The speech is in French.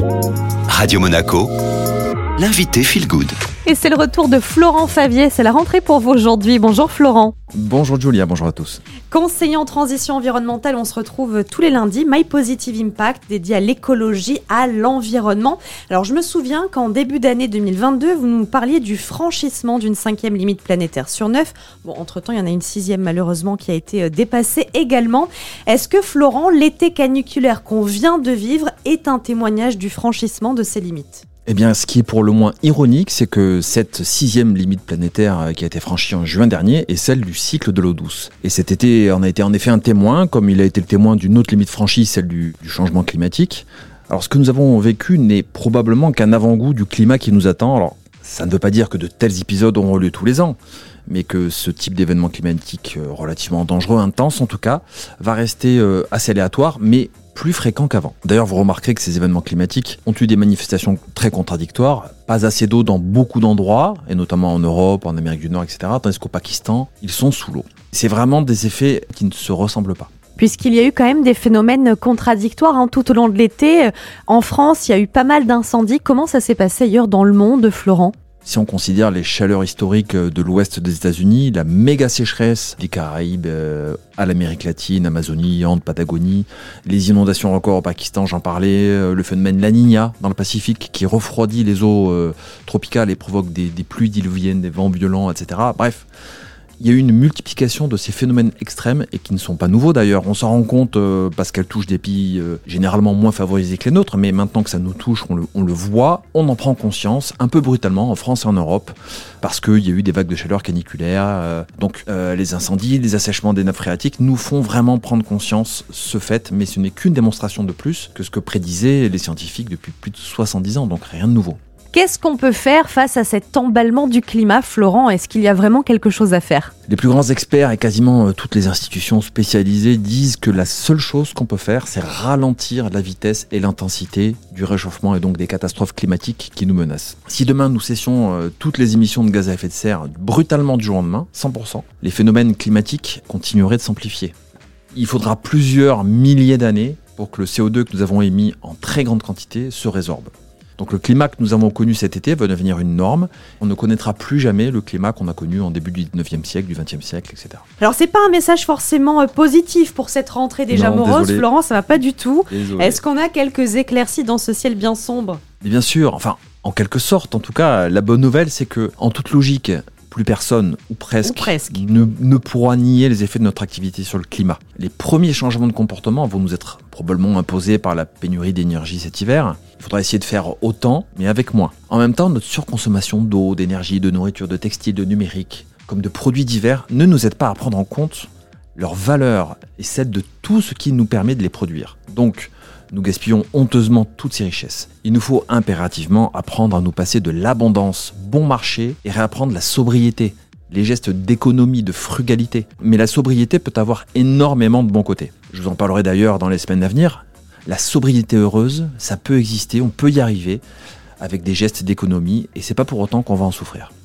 Radio Monaco, l'invité Feel Good. Et c'est le retour de Florent Favier, c'est la rentrée pour vous aujourd'hui. Bonjour Florent. Bonjour Julia, bonjour à tous. Conseiller en transition environnementale, on se retrouve tous les lundis. My Positive Impact, dédié à l'écologie, à l'environnement. Alors je me souviens qu'en début d'année 2022, vous nous parliez du franchissement d'une 5e limite planétaire sur 9. Bon, entre-temps, il y en a une 6e malheureusement qui a été dépassée également. Est-ce que Florent, l'été caniculaire qu'on vient de vivre est un témoignage du franchissement de ces limites ? Eh bien, ce qui est pour le moins ironique, c'est que cette 6e limite planétaire qui a été franchie en juin dernier est celle du cycle de l'eau douce. Et cet été, on a été en effet un témoin, comme il a été le témoin d'une autre limite franchie, celle du changement climatique. Alors, ce que nous avons vécu n'est probablement qu'un avant-goût du climat qui nous attend. Alors, ça ne veut pas dire que de tels épisodes auront lieu tous les ans, mais que ce type d'événement climatique relativement dangereux, intense en tout cas, va rester assez aléatoire, mais plus fréquent qu'avant. D'ailleurs, vous remarquerez que ces événements climatiques ont eu des manifestations très contradictoires. Pas assez d'eau dans beaucoup d'endroits, et notamment en Europe, en Amérique du Nord, etc. Tandis qu'au Pakistan, ils sont sous l'eau. C'est vraiment des effets qui ne se ressemblent pas. Puisqu'il y a eu quand même des phénomènes contradictoires tout au long de l'été. En France, il y a eu pas mal d'incendies. Comment ça s'est passé ailleurs dans le monde, Florent ? Si on considère les chaleurs historiques de l'ouest des États-Unis, la méga sécheresse des Caraïbes à l'Amérique latine, Amazonie, Andes, Patagonie, les inondations records au Pakistan, j'en parlais, le phénomène La Niña dans le Pacifique qui refroidit les eaux tropicales et provoque des pluies diluviennes, des vents violents, etc. Bref, il y a eu une multiplication de ces phénomènes extrêmes et qui ne sont pas nouveaux d'ailleurs. On s'en rend compte parce qu'elles touchent des pays généralement moins favorisés que les nôtres, mais maintenant que ça nous touche, on le voit, on en prend conscience un peu brutalement en France et en Europe parce qu'il y a eu des vagues de chaleur caniculaires. Donc les incendies, les assèchements des nappes phréatiques nous font vraiment prendre conscience ce fait, mais ce n'est qu'une démonstration de plus que ce que prédisaient les scientifiques depuis plus de 70 ans, donc rien de nouveau. Qu'est-ce qu'on peut faire face à cet emballement du climat, Florent ? Est-ce qu'il y a vraiment quelque chose à faire ? Les plus grands experts et quasiment toutes les institutions spécialisées disent que la seule chose qu'on peut faire, c'est ralentir la vitesse et l'intensité du réchauffement et donc des catastrophes climatiques qui nous menacent. Si demain nous cessions toutes les émissions de gaz à effet de serre brutalement du jour au lendemain, 100%, les phénomènes climatiques continueraient de s'amplifier. Il faudra plusieurs milliers d'années pour que le CO2 que nous avons émis en très grande quantité se résorbe. Donc le climat que nous avons connu cet été va devenir une norme. On ne connaîtra plus jamais le climat qu'on a connu en début du 19e siècle, du 20e siècle, etc. Alors c'est pas un message forcément positif pour cette rentrée déjà morose, Florent, ça va pas du tout. Désolé. Est-ce qu'on a quelques éclaircies dans ce ciel bien sombre ? Et bien sûr, enfin en quelque sorte en tout cas, la bonne nouvelle c'est que en toute logique, plus personne, ou presque. Ne pourra nier les effets de notre activité sur le climat. Les premiers changements de comportement vont nous être probablement imposés par la pénurie d'énergie cet hiver. Il faudra essayer de faire autant, mais avec moins. En même temps, notre surconsommation d'eau, d'énergie, de nourriture, de textiles, de numérique, comme de produits divers, ne nous aide pas à prendre en compte leur valeur et celle de tout ce qui nous permet de les produire. Donc, nous gaspillons honteusement toutes ces richesses. Il nous faut impérativement apprendre à nous passer de l'abondance bon marché et réapprendre la sobriété, les gestes d'économie, de frugalité. Mais la sobriété peut avoir énormément de bons côtés. Je vous en parlerai d'ailleurs dans les semaines à venir. La sobriété heureuse, ça peut exister, on peut y arriver avec des gestes d'économie et c'est pas pour autant qu'on va en souffrir.